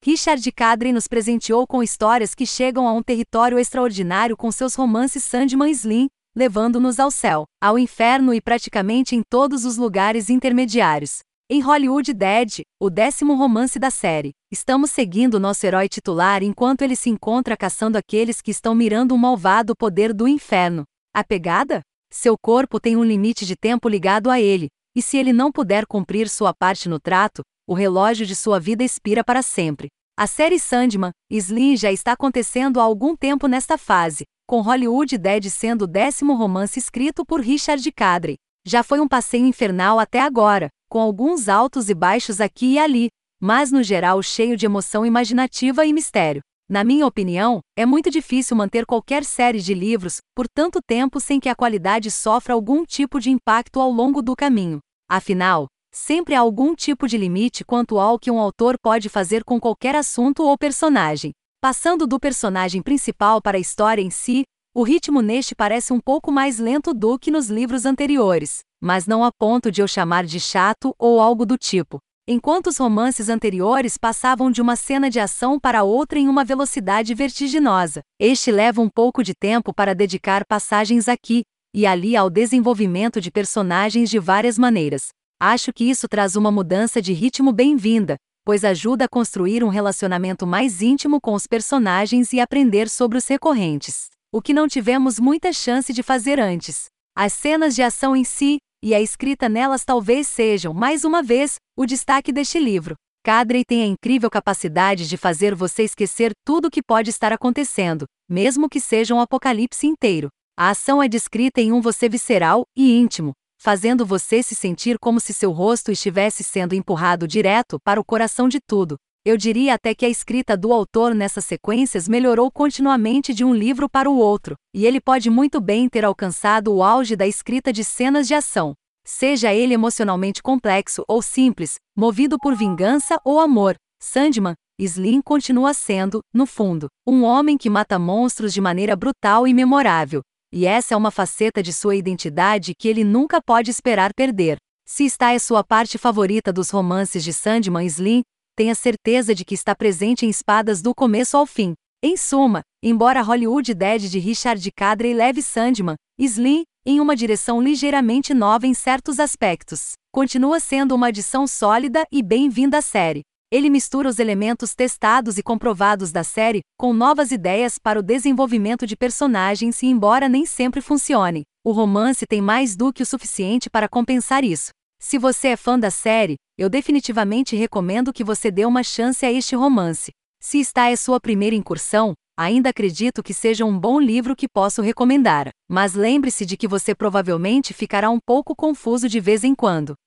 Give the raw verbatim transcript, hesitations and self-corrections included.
Richard Kadrey nos presenteou com histórias que chegam a um território extraordinário com seus romances Sandman e Slim, levando-nos ao céu, ao inferno e praticamente em todos os lugares intermediários. Em Hollywood Dead, o décimo romance da série, estamos seguindo nosso herói titular enquanto ele se encontra caçando aqueles que estão mirando um malvado poder do inferno. A pegada? Seu corpo tem um limite de tempo ligado a ele, e se ele não puder cumprir sua parte no trato, o relógio de sua vida expira para sempre. A série Sandman e Slim já está acontecendo há algum tempo nesta fase, com Hollywood Dead sendo o décimo romance escrito por Richard Kadrey. Já foi um passeio infernal até agora, com alguns altos e baixos aqui e ali, mas no geral cheio de emoção imaginativa e mistério. Na minha opinião, é muito difícil manter qualquer série de livros por tanto tempo sem que a qualidade sofra algum tipo de impacto ao longo do caminho. Afinal, sempre há algum tipo de limite quanto ao que um autor pode fazer com qualquer assunto ou personagem. Passando do personagem principal para a história em si, o ritmo neste parece um pouco mais lento do que nos livros anteriores, mas não a ponto de eu chamar de chato ou algo do tipo. Enquanto os romances anteriores passavam de uma cena de ação para outra em uma velocidade vertiginosa, este leva um pouco de tempo para dedicar passagens aqui e ali ao desenvolvimento de personagens de várias maneiras. Acho que isso traz uma mudança de ritmo bem-vinda, pois ajuda a construir um relacionamento mais íntimo com os personagens e aprender sobre os recorrentes, o que não tivemos muita chance de fazer antes. As cenas de ação em si, e a escrita nelas talvez sejam, mais uma vez, o destaque deste livro. Kadrey tem a incrível capacidade de fazer você esquecer tudo o que pode estar acontecendo, mesmo que seja um apocalipse inteiro. A ação é descrita em um você visceral e íntimo, fazendo você se sentir como se seu rosto estivesse sendo empurrado direto para o coração de tudo. Eu diria até que a escrita do autor nessas sequências melhorou continuamente de um livro para o outro, e ele pode muito bem ter alcançado o auge da escrita de cenas de ação. Seja ele emocionalmente complexo ou simples, movido por vingança ou amor, Sandman e Slim continua sendo, no fundo, um homem que mata monstros de maneira brutal e memorável, e essa é uma faceta de sua identidade que ele nunca pode esperar perder. Se esta é sua parte favorita dos romances de Sandman e Slim, tenha certeza de que está presente em Espadas do começo ao fim. Em suma, embora Hollywood Dead de Richard Kadrey leve Sandman e Slim em uma direção ligeiramente nova em certos aspectos, continua sendo uma adição sólida e bem-vinda à série. Ele mistura os elementos testados e comprovados da série com novas ideias para o desenvolvimento de personagens e, embora nem sempre funcione, o romance tem mais do que o suficiente para compensar isso. Se você é fã da série, eu definitivamente recomendo que você dê uma chance a este romance. Se esta é sua primeira incursão, ainda acredito que seja um bom livro que posso recomendar, mas lembre-se de que você provavelmente ficará um pouco confuso de vez em quando.